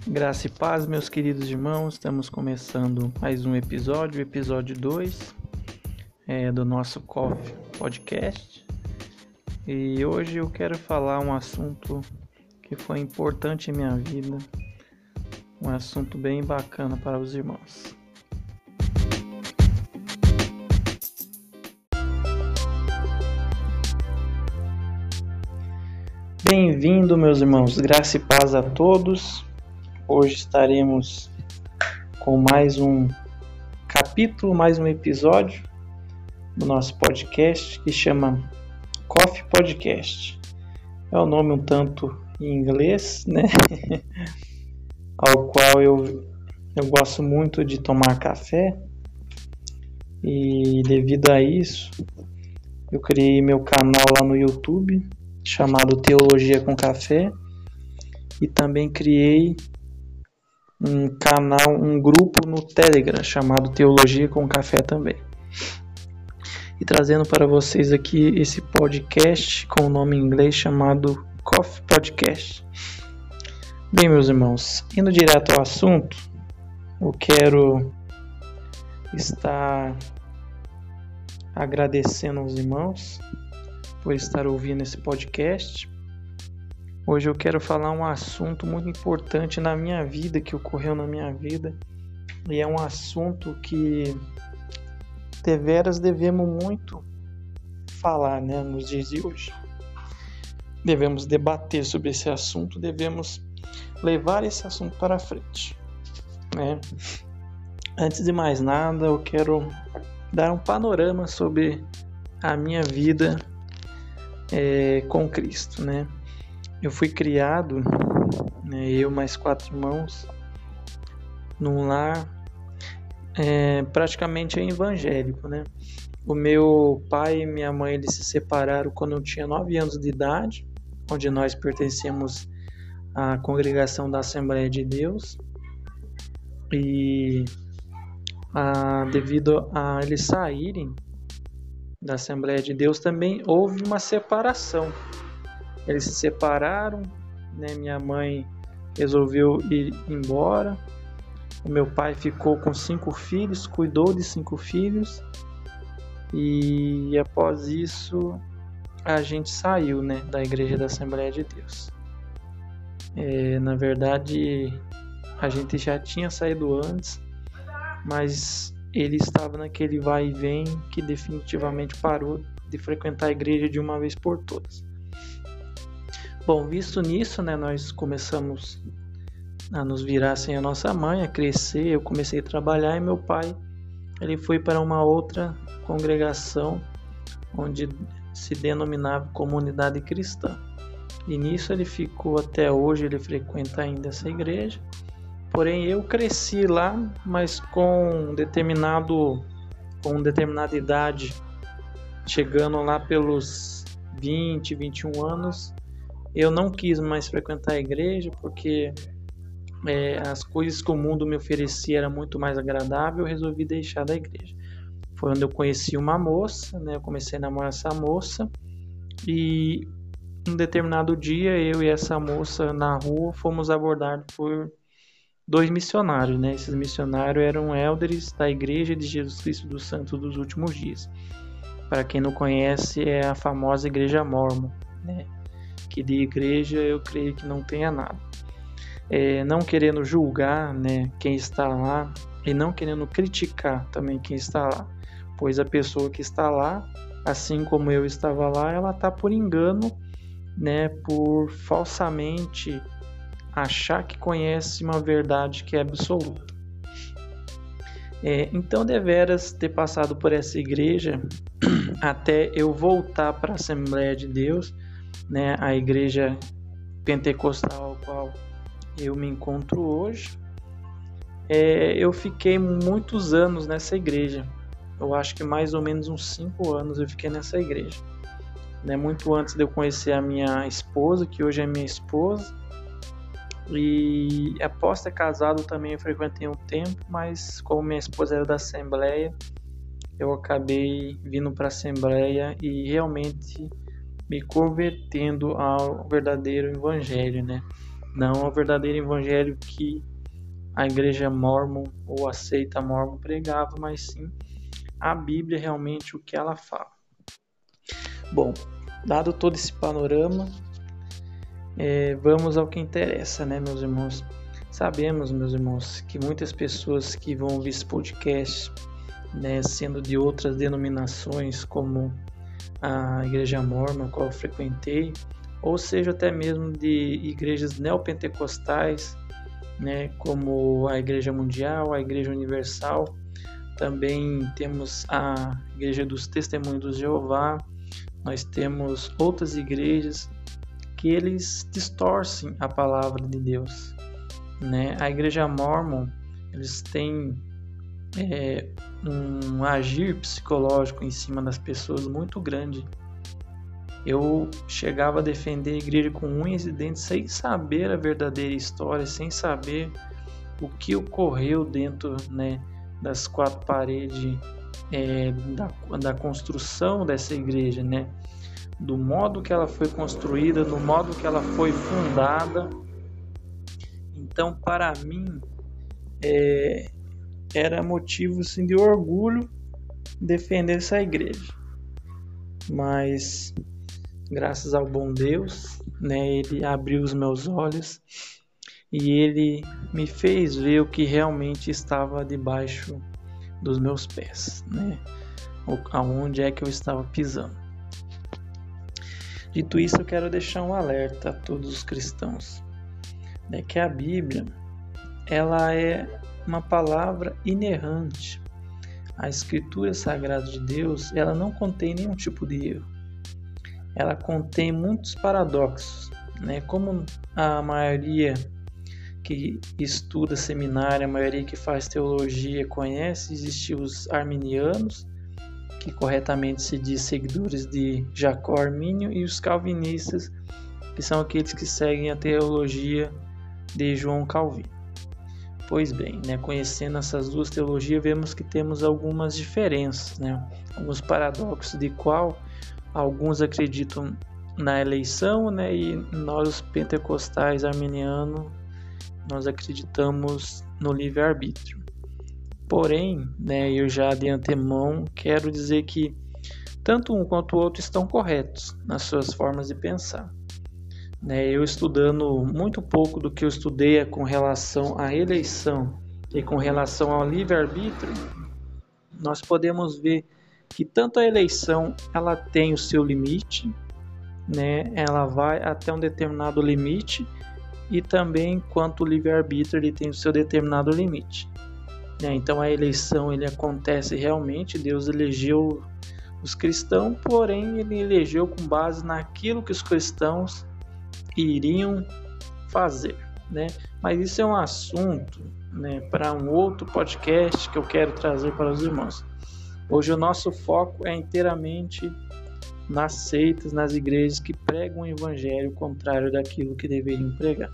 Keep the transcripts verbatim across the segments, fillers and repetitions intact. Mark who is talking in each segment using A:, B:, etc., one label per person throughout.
A: Graça e paz, meus queridos irmãos, estamos começando mais um episódio, episódio dois é, do nosso Coffee Podcast. E hoje eu quero falar um assunto que foi importante em minha vida, um assunto bem bacana para os irmãos. Bem-vindo, meus irmãos, graça e paz a todos. Hoje estaremos com mais um capítulo, mais um episódio do nosso podcast que chama Coffee Podcast. É um nome um tanto em inglês, né? Ao qual eu, eu gosto muito de tomar café e devido a isso eu criei meu canal lá no YouTube chamado Teologia com Café e também criei um canal, um grupo no Telegram chamado Teologia com Café também. E trazendo para vocês aqui esse podcast com o nome em inglês chamado Coffee Podcast. Bem, meus irmãos, indo direto ao assunto, eu quero estar agradecendo aos irmãos por estar ouvindo esse podcast. Hoje eu quero falar um assunto muito importante na minha vida, que ocorreu na minha vida, e é um assunto que deveras devemos muito falar, né, nos dias de hoje. Devemos debater sobre esse assunto, devemos levar esse assunto para frente, né? Antes de mais nada, eu quero dar um panorama sobre a minha vida é, com Cristo, né? Eu fui criado, né, eu mais quatro irmãos, num lar é, praticamente evangélico, né? O meu pai e minha mãe eles se separaram quando eu tinha nove anos de idade, onde nós pertencemos à congregação da Assembleia de Deus. E a, devido a eles saírem da Assembleia de Deus, também houve uma separação. Eles se separaram, né? Minha mãe resolveu ir embora. O meu pai ficou com cinco filhos, cuidou de cinco filhos. E após isso, a gente saiu, né, da Igreja da Assembleia de Deus. É, na verdade, a gente já tinha saído antes, mas ele estava naquele vai e vem que definitivamente parou de frequentar a igreja de uma vez por todas. Bom, visto nisso, né, nós começamos a nos virar sem a nossa mãe, a crescer. Eu comecei a trabalhar e meu pai ele foi para uma outra congregação onde se denominava Comunidade Cristã. E nisso ele ficou até hoje, ele frequenta ainda essa igreja. Porém, eu cresci lá, mas com determinado, com determinada idade, chegando lá pelos vinte, vinte e um anos, eu não quis mais frequentar a igreja porque é, as coisas que o mundo me oferecia era muito mais agradável. Eu resolvi deixar da igreja. Foi onde eu conheci uma moça, né? Eu comecei a namorar essa moça e um determinado dia eu e essa moça na rua fomos abordados por dois missionários, né? Esses missionários eram élderes da Igreja de Jesus Cristo dos Santos dos Últimos Dias. Para quem não conhece, é a famosa Igreja Mórmon, né? Que de igreja eu creio que não tenha nada. É, não querendo julgar, né, quem está lá e não querendo criticar também quem está lá, pois a pessoa que está lá, assim como eu estava lá, ela está por engano, né, por falsamente achar que conhece uma verdade que é absoluta. É, então, deveras ter passado por essa igreja até eu voltar para a Assembleia de Deus, né, a igreja pentecostal ao qual eu me encontro hoje. É, eu fiquei muitos anos nessa igreja. Eu acho que mais ou menos uns cinco anos eu fiquei nessa igreja, né, muito antes de eu conhecer a minha esposa, que hoje é minha esposa. E após ter casado também eu frequentei um tempo, mas como minha esposa era da Assembleia, eu acabei vindo para a Assembleia e realmente me convertendo ao verdadeiro Evangelho, né? não ao verdadeiro evangelho que a igreja mórmon ou a seita mórmon pregava, mas sim a Bíblia realmente o que ela fala. Bom, dado todo esse panorama, é, vamos ao que interessa, né, meus irmãos? Sabemos, meus irmãos, que muitas pessoas que vão ouvir esse podcast, né, sendo de outras denominações, como a igreja mórmon, a qual eu frequentei, ou seja, até mesmo de igrejas neopentecostais, né, como a Igreja Mundial, a Igreja Universal, também temos a Igreja dos Testemunhos de Jeová, nós temos outras igrejas que eles distorcem a palavra de Deus, né? A Igreja Mórmon, eles têm é, um agir psicológico em cima das pessoas muito grande. Eu chegava a defender a igreja com unhas e dentes sem saber a verdadeira história, sem saber o que ocorreu dentro, né, das quatro paredes é, da, da construção dessa igreja, né? Do modo que ela foi construída, do modo que ela foi fundada. Então, para mim, é, era motivo assim, de orgulho defender essa igreja. Mas, graças ao bom Deus, né, Ele abriu os meus olhos e Ele me fez ver o que realmente estava debaixo dos meus pés, né? Aonde é que eu estava pisando. Dito isso, eu quero deixar um alerta a todos os cristãos, né, que a Bíblia ela é uma palavra inerrante. A Escritura Sagrada de Deus ela não contém nenhum tipo de erro. Ela contém muitos paradoxos, né? Como a maioria que estuda seminário, a maioria que faz teologia conhece, existem os arminianos, que corretamente se diz seguidores de Jacó Armínio, e os calvinistas, que são aqueles que seguem a teologia de João Calvino. Pois bem, né, conhecendo essas duas teologias, vemos que temos algumas diferenças, né, alguns paradoxos, de qual alguns acreditam na eleição, né, e nós, os pentecostais arminianos, nós acreditamos no livre-arbítrio. Porém, né, eu já de antemão quero dizer que tanto um quanto o outro estão corretos nas suas formas de pensar. Né, eu estudando muito pouco do que eu estudei com relação à eleição e com relação ao livre-arbítrio, nós podemos ver que tanto a eleição ela tem o seu limite, né, ela vai até um determinado limite, e também quanto o livre-arbítrio ele tem o seu determinado limite. Então a eleição ele acontece realmente, Deus elegeu os cristãos, porém ele elegeu com base naquilo que os cristãos iriam fazer, né? Mas isso é um assunto, né, para um outro podcast que eu quero trazer para os irmãos. Hoje o nosso foco é inteiramente nas seitas, nas igrejas que pregam o evangelho contrário daquilo que deveriam pregar.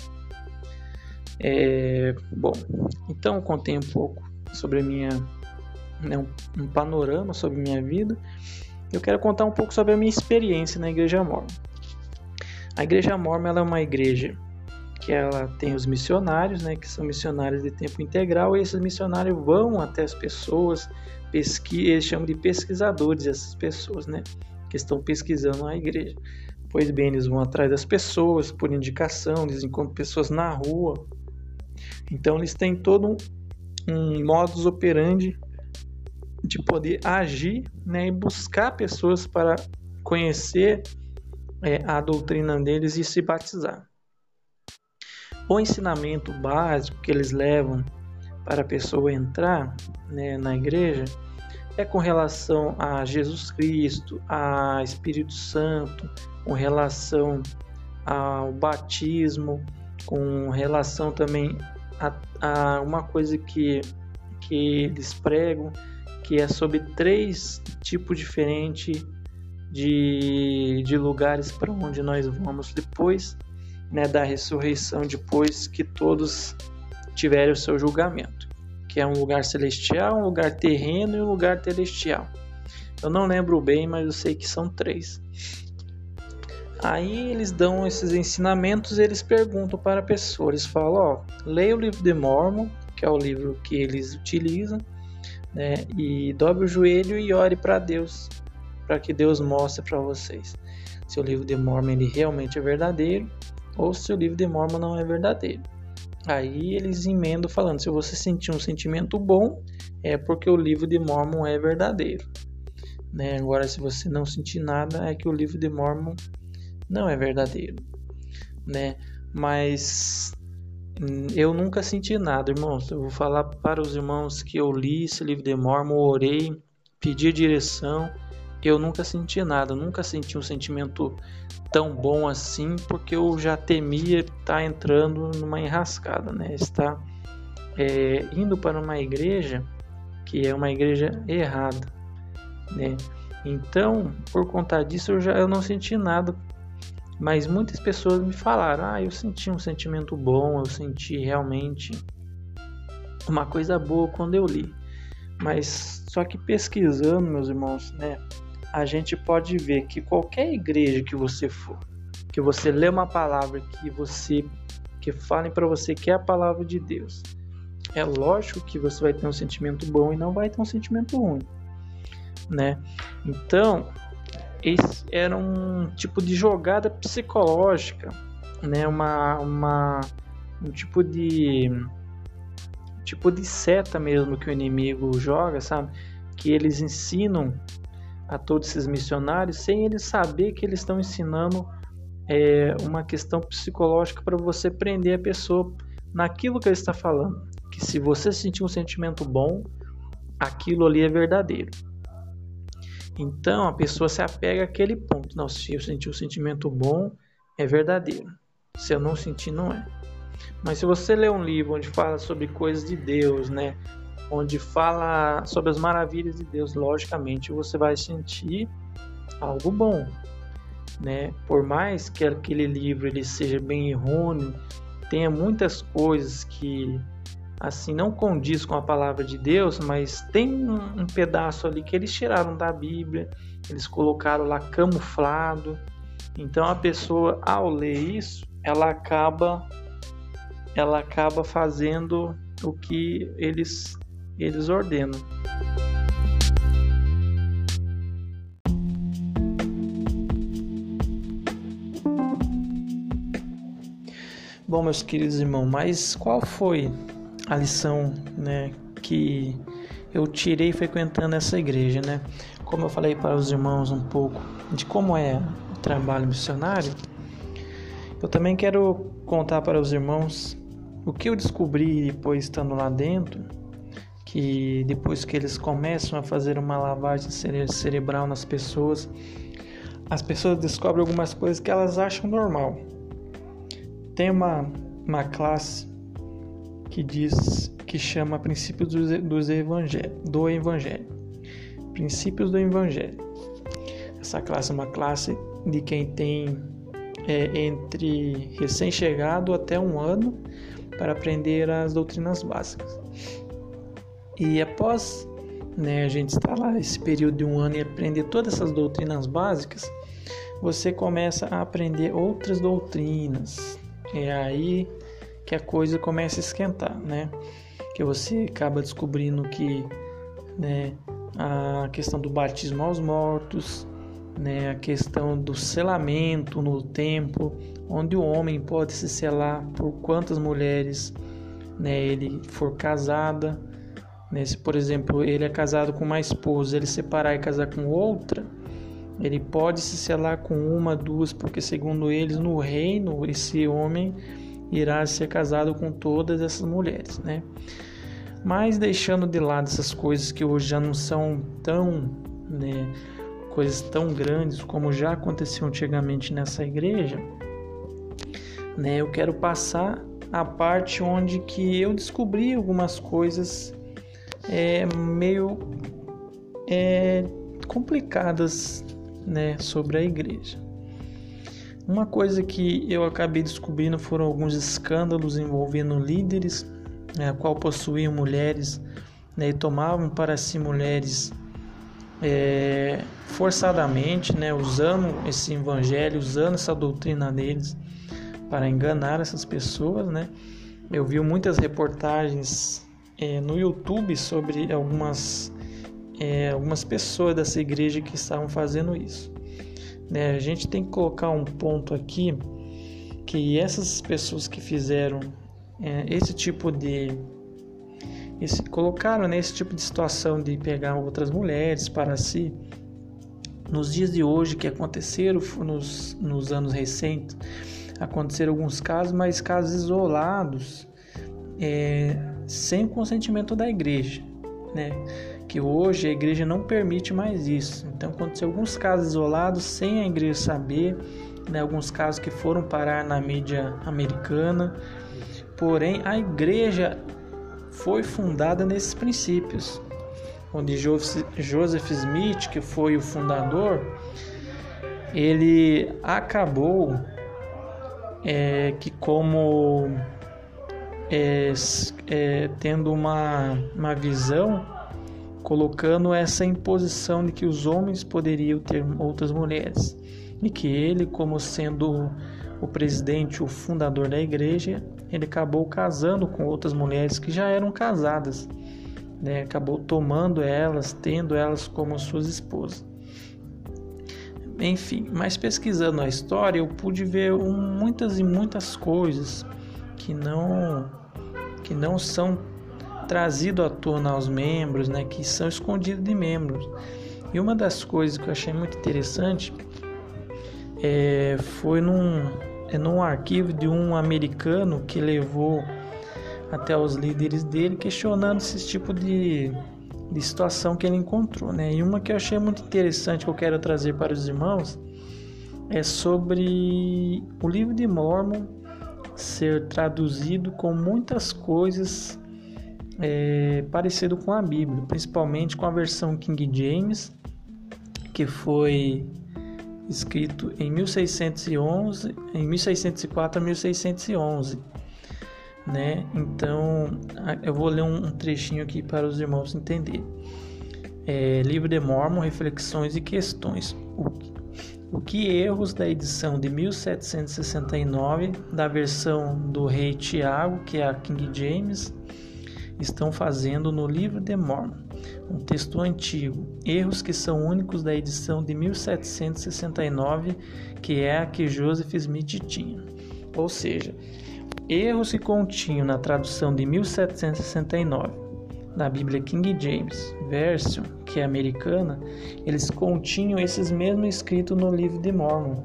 A: É, bom, então eu contei um pouco sobre a minha, né, um, um panorama sobre minha vida. Eu quero contar um pouco sobre a minha experiência na Igreja Mórmon. A Igreja Mórmon ela é uma igreja que ela tem os missionários, né, que são missionários de tempo integral, e esses missionários vão até as pessoas, pesqui, eles chamam de pesquisadores essas pessoas, né, que estão pesquisando a igreja. Pois bem, eles vão atrás das pessoas por indicação, eles encontram pessoas na rua. Então eles têm todo um um modus operandi de poder agir, né, e buscar pessoas para conhecer é, a doutrina deles e se batizar. O ensinamento básico que eles levam para a pessoa entrar, né, na igreja é com relação a Jesus Cristo, a Espírito Santo, com relação ao batismo, com relação também A, a uma coisa que, que eles pregam, que é sobre três tipos diferentes de, de lugares para onde nós vamos depois, né, da ressurreição, depois que todos tiverem o seu julgamento, que é um lugar celestial, um lugar terreno e um lugar celestial. Eu não lembro bem, mas eu sei que são três. Aí eles dão esses ensinamentos, eles perguntam para a pessoa, eles falam, ó, leia o livro de Mormon, que é o livro que eles utilizam, né, e dobre o joelho e ore para Deus, para que Deus mostre para vocês se o livro de Mormon ele realmente é verdadeiro ou se o livro de Mormon não é verdadeiro. Aí eles emendam falando, se você sentir um sentimento bom, é porque o livro de Mormon é verdadeiro, né? Agora, se você não sentir nada, é que o livro de Mormon não é verdadeiro, né? Mas eu nunca senti nada, irmãos. Eu vou falar para os irmãos que eu li esse livro de Mormon, orei, pedi direção. Eu nunca senti nada, nunca senti um sentimento tão bom assim, porque eu já temia estar entrando numa enrascada, né? Estar é, indo para uma igreja que é uma igreja errada, né? Então, por conta disso, eu já eu não senti nada. Mas muitas pessoas me falaram, ah, eu senti um sentimento bom, eu senti realmente uma coisa boa quando eu li. Mas só que pesquisando, meus irmãos, né, a gente pode ver que qualquer igreja que você for, que você lê uma palavra que você que falem para você que é a palavra de Deus, é lógico que você vai ter um sentimento bom e não vai ter um sentimento ruim, né? Então, esse era um tipo de jogada psicológica, né? Uma, uma um tipo de tipo de seta mesmo que o inimigo joga, sabe? Que eles ensinam a todos esses missionários sem eles saber que eles estão ensinando é, uma questão psicológica para você prender a pessoa naquilo que ele está falando. Que se você sentir um sentimento bom, aquilo ali é verdadeiro. Então a pessoa se apega àquele ponto. Não, se eu sentir um sentimento bom, é verdadeiro. Se eu não sentir, não é. Mas se você ler um livro onde fala sobre coisas de Deus, né? Onde fala sobre as maravilhas de Deus, logicamente você vai sentir algo bom, né? Por mais que aquele livro ele seja bem errôneo, tenha muitas coisas que assim não condiz com a palavra de Deus, mas tem um, um pedaço ali que eles tiraram da Bíblia, eles colocaram lá camuflado. Então a pessoa, ao ler isso, ela acaba ela acaba fazendo o que eles eles ordenam. Bom, meus queridos irmãos, mas qual foi a lição, né, que eu tirei frequentando essa igreja, né? Como eu falei para os irmãos um pouco de como é o trabalho missionário, eu também quero contar para os irmãos o que eu descobri depois estando lá dentro, que depois que eles começam a fazer uma lavagem cere- cerebral nas pessoas, as pessoas descobrem algumas coisas que elas acham normal. Tem uma, uma classe que diz que chama Princípios do, dos Evangelho, do Evangelho. Princípios do Evangelho. Essa classe é uma classe de quem tem é, entre recém-chegado até um ano para aprender as doutrinas básicas. E após, né, a gente estar lá esse período de um ano e aprender todas essas doutrinas básicas, você começa a aprender outras doutrinas. É aí que a coisa começa a esquentar, né? Que você acaba descobrindo que, né, a questão do batismo aos mortos, né, a questão do selamento no templo, onde o homem pode se selar por quantas mulheres, né, ele for casada. Né? Se, por exemplo, ele é casado com uma esposa, ele separar e casar com outra, ele pode se selar com uma, duas, porque segundo eles, no reino, esse homem irá ser casado com todas essas mulheres, né? Mas deixando de lado essas coisas que hoje já não são tão, né, coisas tão grandes como já aconteceu antigamente nessa igreja, né? Eu quero passar a parte onde que eu descobri algumas coisas é, meio é, complicadas, né, sobre a igreja. Uma coisa que eu acabei descobrindo foram alguns escândalos envolvendo líderes, né, a qual possuíam mulheres, né, e tomavam para si mulheres é, forçadamente, né, usando esse evangelho, usando essa doutrina deles para enganar essas pessoas, né? Eu vi muitas reportagens é, no YouTube sobre algumas, é, algumas pessoas dessa igreja que estavam fazendo isso, né? A gente tem que colocar um ponto aqui, que essas pessoas que fizeram é, esse tipo de esse, colocaram nesse né, tipo de situação de pegar outras mulheres para si, nos dias de hoje que aconteceram nos, nos anos recentes, aconteceram alguns casos, mas casos isolados, é, sem o consentimento da igreja, né? Que hoje a igreja não permite mais isso. Então aconteceram alguns casos isolados sem a igreja saber, né? Alguns casos que foram parar na mídia americana, porém a igreja foi fundada nesses princípios, onde Joseph Smith, que foi o fundador, ele acabou É, que como é, é, tendo uma, uma visão, colocando essa imposição de que os homens poderiam ter outras mulheres, e que ele, como sendo o presidente, o fundador da igreja, ele acabou casando com outras mulheres que já eram casadas, né? Acabou tomando elas, tendo elas como suas esposas. Enfim, mas pesquisando a história, eu pude ver um, muitas e muitas coisas que não, que não são trazidas à tona aos membros, né, que são escondidas de membros. E uma das coisas que eu achei muito interessante é, foi num, é num arquivo de um americano que levou até os líderes dele questionando esse tipo de... de situação que ele encontrou, né? E uma que eu achei muito interessante, que eu quero trazer para os irmãos, é sobre o livro de Mórmon ser traduzido com muitas coisas é, parecido com a Bíblia, principalmente com a versão King James, que foi escrito em mil seiscentos e onze, em mil seiscentos e quatro a mil seiscentos e onze. Né? Então eu vou ler um trechinho aqui para os irmãos entenderem. É, Livro de Mórmon, Reflexões e Questões. O, o que erros da edição de mil setecentos e sessenta e nove da versão do rei Tiago, que é a King James, estão fazendo no Livro de Mórmon, um texto antigo? Erros que são únicos da edição de mil setecentos e sessenta e nove, que é a que Joseph Smith tinha. Ou seja, erros que continham na tradução de mil setecentos e sessenta e nove da Bíblia King James Version, que é americana, eles continham esses mesmos escritos no livro de Mórmon,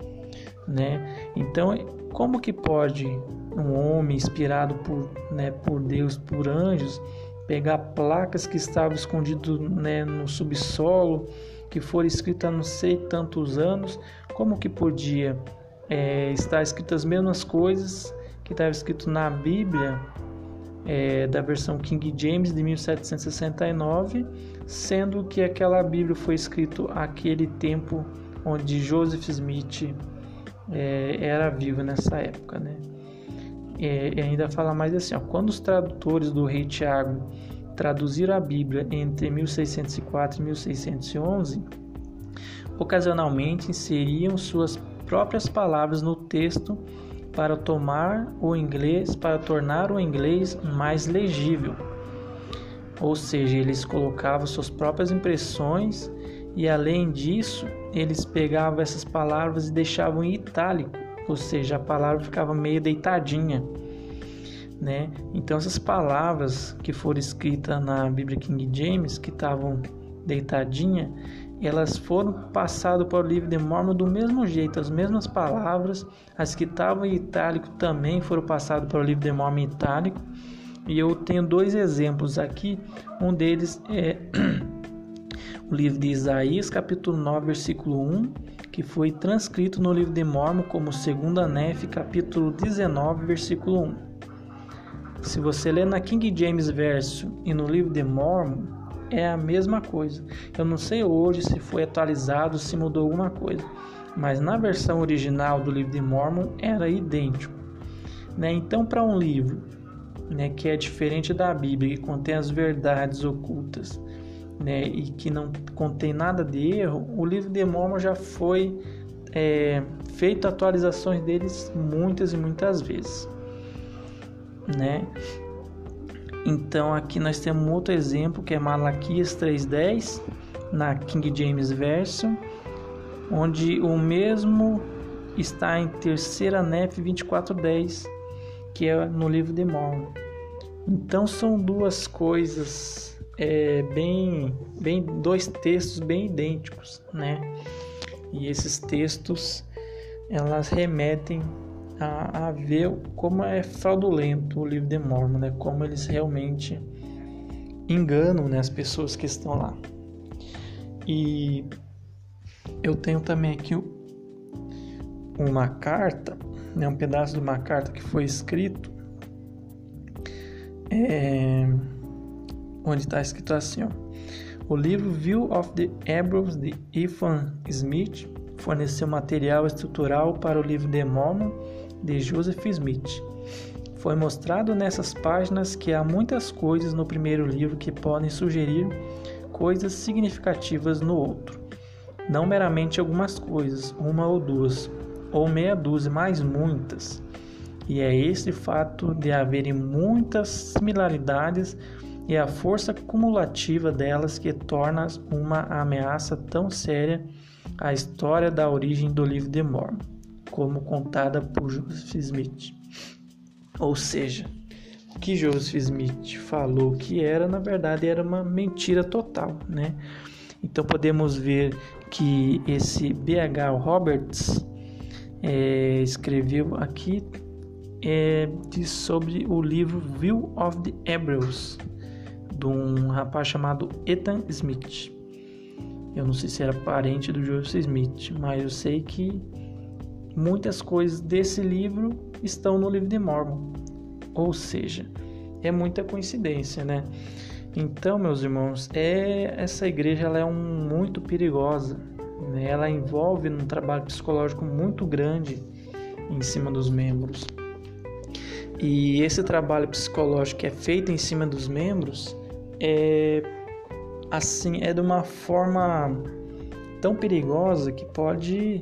A: né? Então, como que pode um homem inspirado por, né, por Deus, por anjos, pegar placas que estavam escondidas, né, no subsolo, que foram escritas há não sei tantos anos, como que podia é, estar escritas as mesmas coisas que estava escrito na Bíblia é, da versão King James de mil setecentos e sessenta e nove, sendo que aquela Bíblia foi escrita aquele tempo onde Joseph Smith é, era vivo nessa época, né? É, e ainda fala mais assim, ó, quando os tradutores do rei Tiago traduziram a Bíblia entre mil seiscentos e quatro e mil seiscentos e onze, ocasionalmente inseriam suas próprias palavras no texto para tomar o inglês, para tornar o inglês mais legível. Ou seja, eles colocavam suas próprias impressões e, além disso, eles pegavam essas palavras e deixavam em itálico, ou seja, a palavra ficava meio deitadinha, né? Então, essas palavras que foram escritas na Bíblia King James, que estavam deitadinha, elas foram passadas para o livro de Mórmon do mesmo jeito, as mesmas palavras, as que estavam em itálico também foram passadas para o livro de Mórmon em itálico. E eu tenho dois exemplos aqui, um deles é o livro de Isaías, capítulo nove, versículo um, que foi transcrito no livro de Mórmon como segunda Nef, capítulo dezenove, versículo um. Se você ler na King James Version e no livro de Mórmon, é a mesma coisa. Eu não sei hoje se foi atualizado, se mudou alguma coisa, mas na versão original do livro de Mórmon era idêntico, né? Então, para um livro, né, que é diferente da Bíblia, que contém as verdades ocultas, né, e que não contém nada de erro, o livro de Mórmon já foi é, feito atualizações deles muitas e muitas vezes, né? Então aqui nós temos um outro exemplo que é Malaquias três dez na King James Version, onde o mesmo está em terceira Nef vinte e quatro dez, que é no livro de Mórmon. Então são duas coisas é, bem, bem, dois textos bem idênticos, né? E esses textos elas remetem a, a ver como é fraudulento o livro de Mórmon, né? Como eles realmente enganam, né, as pessoas que estão lá. E eu tenho também aqui uma carta, né, um pedaço de uma carta que foi escrito, é, onde está escrito assim, ó: o livro View of the Hebrews de Ethan Smith forneceu material estrutural para o livro de Mórmon de Joseph Smith. Foi mostrado nessas páginas que há muitas coisas no primeiro livro que podem sugerir coisas significativas no outro. Não meramente algumas coisas, uma ou duas, ou meia dúzia, mas muitas. E é esse fato de haverem muitas similaridades e a força cumulativa delas que torna uma ameaça tão séria à história da origem do livro de Mórmon, como contada por Joseph Smith. Ou seja, o que Joseph Smith falou que era, na verdade, era uma mentira total, né? Então podemos ver que esse B H Roberts é, escreveu aqui é, diz sobre o livro View of the Hebrews, de um rapaz chamado Ethan Smith. Eu não sei se era parente do Joseph Smith, mas eu sei que muitas coisas desse livro estão no livro de Mórmon. Ou seja, é muita coincidência, né? Então, meus irmãos, é, essa igreja ela é um, muito perigosa, né? Ela envolve um trabalho psicológico muito grande em cima dos membros. E esse trabalho psicológico que é feito em cima dos membros é assim, é de uma forma tão perigosa que pode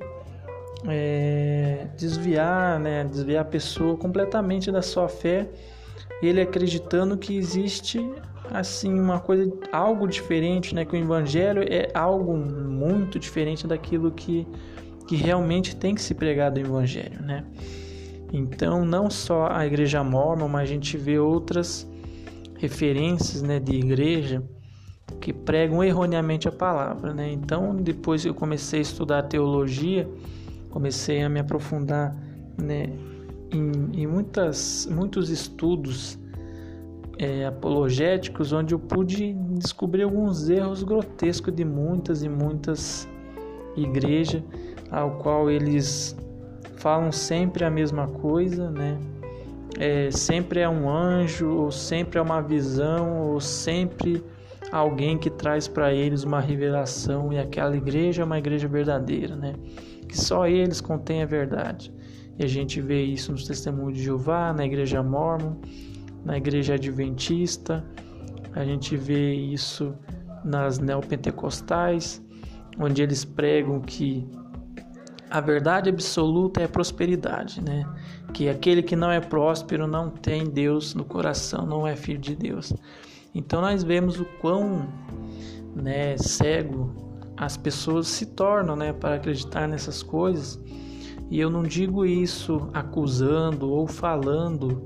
A: é, desviar, né, desviar a pessoa completamente da sua fé, ele acreditando que existe assim uma coisa, algo diferente, né, que o evangelho é algo muito diferente daquilo que, que realmente tem que se pregar do evangelho, né? Então, não só a igreja mórmon, mas a gente vê outras referências, né, de igreja que pregam erroneamente a palavra, né? Então, depois que eu comecei a estudar teologia, comecei a me aprofundar, né, em, em muitas, muitos estudos é, apologéticos, onde eu pude descobrir alguns erros grotescos de muitas e muitas igrejas, ao qual eles falam sempre a mesma coisa, né? É, sempre é um anjo, ou sempre é uma visão, ou sempre alguém que traz para eles uma revelação, e aquela igreja é uma igreja verdadeira, né? Que só eles contêm a verdade. E a gente vê isso nos Testemunhos de Jeová, na igreja mórmon, na igreja adventista, a gente vê isso nas neopentecostais, onde eles pregam que a verdade absoluta é a prosperidade, né? Que aquele que não é próspero não tem Deus no coração, não é filho de Deus. Então nós vemos o quão, né, cego as pessoas se tornam, né, para acreditar nessas coisas. E eu não digo isso acusando ou falando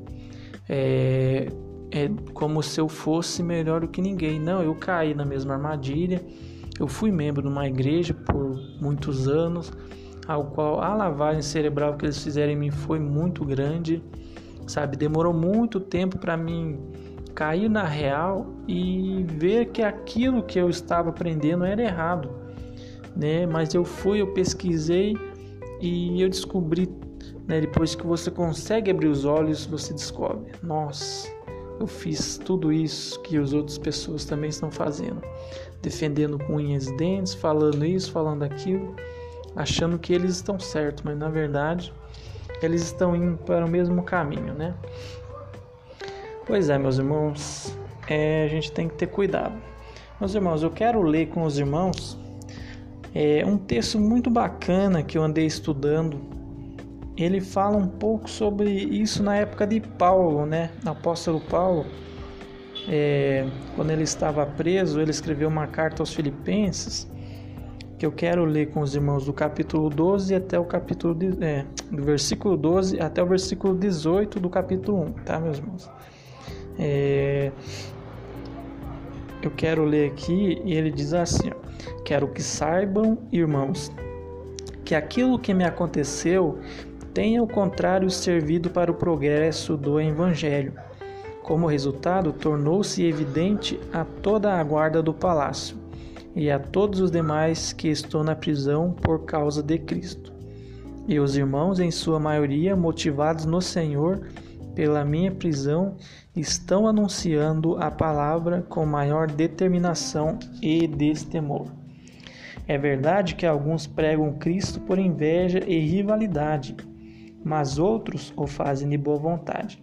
A: é, é como se eu fosse melhor do que ninguém. Não, eu caí na mesma armadilha. Eu fui membro de uma igreja por muitos anos, ao qual a lavagem cerebral que eles fizeram em mim foi muito grande, sabe? Demorou muito tempo para mim cair na real e ver que aquilo que eu estava aprendendo era errado, né? Mas eu fui, eu pesquisei e eu descobri, né? Depois que você consegue abrir os olhos, você descobre, nossa, eu fiz tudo isso que as outras pessoas também estão fazendo, defendendo com unhas e dentes, falando isso, falando aquilo, achando que eles estão certos, mas na verdade eles estão indo para o mesmo caminho, né? Pois é, meus irmãos, é, a gente tem que ter cuidado, Meus irmãos, eu quero ler com os irmãos é, um texto muito bacana que eu andei estudando. Ele fala um pouco sobre isso na época de Paulo, né? O apóstolo Paulo, é, quando ele estava preso, ele escreveu uma carta aos Filipenses, que eu quero ler com os irmãos do capítulo doze até o capítulo de, é, do versículo doze até o versículo dezoito do capítulo um, tá, meus irmãos? É, eu quero ler aqui e ele diz assim, ó, quero que saibam, irmãos, que aquilo que me aconteceu tem ao contrário servido para o progresso do Evangelho. Como resultado, tornou-se evidente a toda a guarda do palácio e a todos os demais que estão na prisão por causa de Cristo. E os irmãos, em sua maioria, motivados no Senhor pela minha prisão, estão anunciando a palavra com maior determinação e destemor. É verdade que alguns pregam Cristo por inveja e rivalidade, mas outros o fazem de boa vontade.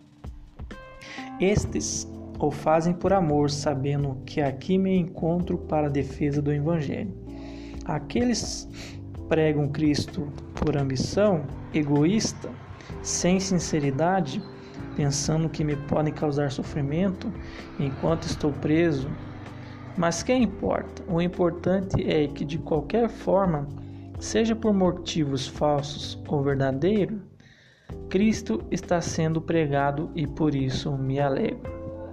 A: Estes o fazem por amor, sabendo que aqui me encontro para a defesa do Evangelho. Aqueles pregam Cristo por ambição, egoísta, sem sinceridade, pensando que me podem causar sofrimento enquanto estou preso. Mas que importa? O importante é que, de qualquer forma, seja por motivos falsos ou verdadeiros, Cristo está sendo pregado e por isso me alegro.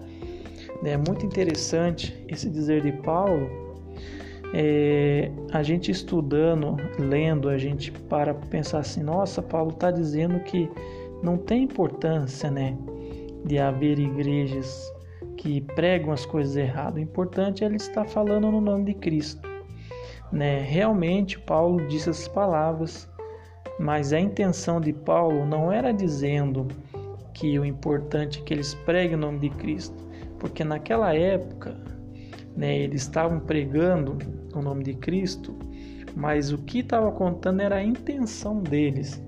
A: É muito interessante esse dizer de Paulo. É, a gente estudando, lendo, a gente para pensar assim, nossa, Paulo está dizendo que não tem importância, né, de haver igrejas que pregam as coisas erradas. O importante é ele estar falando no nome de Cristo, né? Realmente Paulo disse essas palavras, mas a intenção de Paulo não era dizendo que o importante é que eles preguem o nome de Cristo, porque naquela época, né, eles estavam pregando o nome de Cristo, mas o que estava contando era a intenção deles,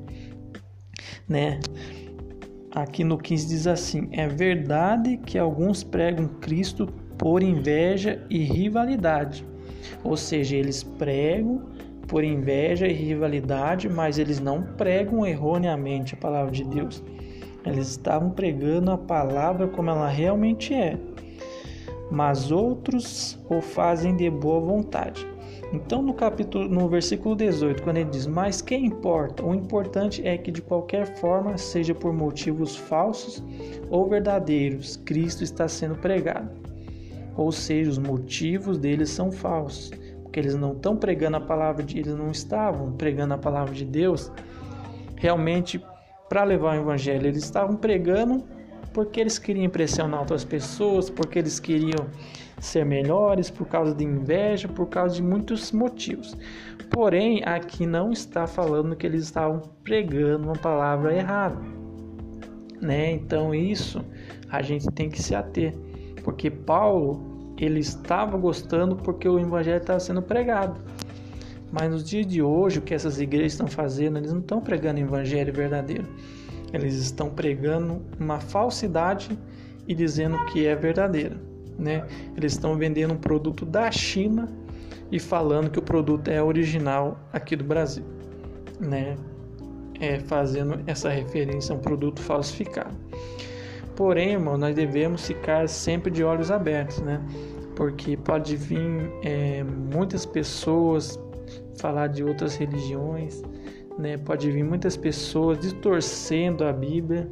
A: né? Aqui no quinze diz assim, é verdade que alguns pregam Cristo por inveja e rivalidade, ou seja, eles pregam por inveja e rivalidade, mas eles não pregam erroneamente a palavra de Deus. Eles estavam pregando a palavra como ela realmente é, mas outros o fazem de boa vontade. Então no capítulo, no versículo dezoito, quando ele diz, mas que importa? O importante é que de qualquer forma, seja por motivos falsos ou verdadeiros, Cristo está sendo pregado. Ou seja, os motivos deles são falsos, porque eles não estão pregando a palavra de, eles não estavam pregando a palavra de Deus realmente para levar o evangelho. Eles estavam pregando porque eles queriam impressionar outras pessoas, porque eles queriam ser melhores, por causa de inveja, por causa de muitos motivos. Porém, aqui não está falando que eles estavam pregando uma palavra errada, né? Então isso a gente tem que se ater, porque Paulo, ele estava gostando porque o evangelho estava sendo pregado. Mas nos dias de hoje, o que essas igrejas estão fazendo, eles não estão pregando o evangelho verdadeiro. Eles estão pregando uma falsidade e dizendo que é verdadeira, né? Eles estão vendendo um produto da China e falando que o produto é original aqui do Brasil, né? É, fazendo essa referência a um produto falsificado. Porém, irmão, nós devemos ficar sempre de olhos abertos, né? Porque pode vir é, muitas pessoas falar de outras religiões, né? Pode vir muitas pessoas distorcendo a Bíblia.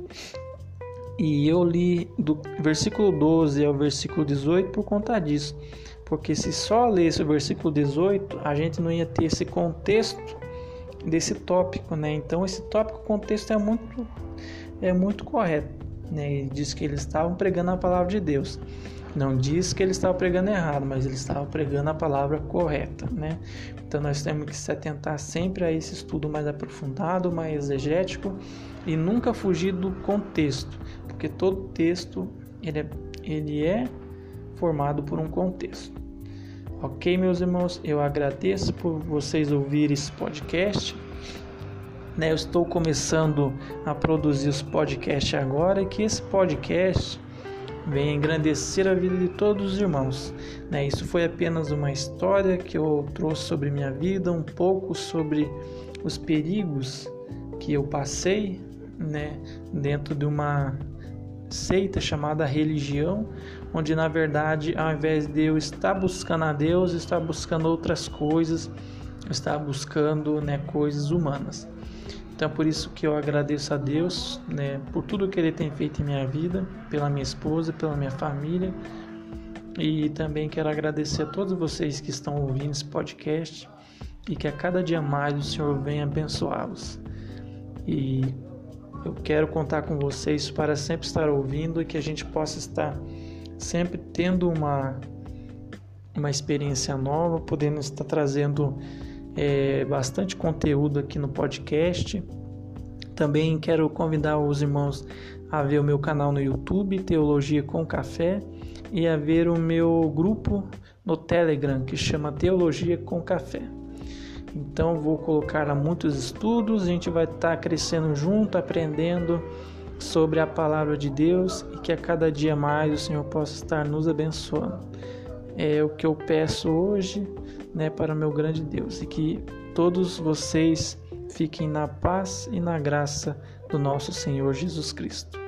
A: E eu li do versículo doze ao versículo dezoito por conta disso. Porque se só lesse o versículo dezoito, a gente não ia ter esse contexto desse tópico, né? Então esse tópico, o contexto é muito, é muito correto, né? Ele diz que eles estavam pregando a palavra de Deus. Não diz que eles estavam pregando errado, mas eles estavam pregando a palavra correta, né? Então nós temos que se atentar sempre a esse estudo mais aprofundado, mais exegético, e nunca fugir do contexto, porque todo texto ele é, ele é formado por um contexto. Ok, meus irmãos? Eu agradeço por vocês ouvirem esse podcast, né? Eu estou começando a produzir os podcasts agora, e que esse podcast venha engrandecer a vida de todos os irmãos. Né? Isso foi apenas uma história que eu trouxe sobre minha vida, um pouco sobre os perigos que eu passei, né, dentro de uma seita chamada religião, onde na verdade, ao invés de eu estar buscando a Deus, eu estar buscando outras coisas, eu estar buscando, né, coisas humanas. Então por isso que eu agradeço a Deus, né, por tudo que Ele tem feito em minha vida, pela minha esposa, pela minha família, e também quero agradecer a todos vocês que estão ouvindo esse podcast e que a cada dia mais o Senhor venha abençoá-los. E eu quero contar com vocês para sempre estar ouvindo e que a gente possa estar sempre tendo uma, uma experiência nova, podendo estar trazendo é, bastante conteúdo aqui no podcast. Também quero convidar os irmãos a ver o meu canal no YouTube, Teologia com Café, e a ver o meu grupo no Telegram, que chama Teologia com Café. Então vou colocar lá muitos estudos, a gente vai estar crescendo junto, aprendendo sobre a palavra de Deus e que a cada dia mais o Senhor possa estar nos abençoando. É o que eu peço hoje, né, para o meu grande Deus, e que todos vocês fiquem na paz e na graça do nosso Senhor Jesus Cristo.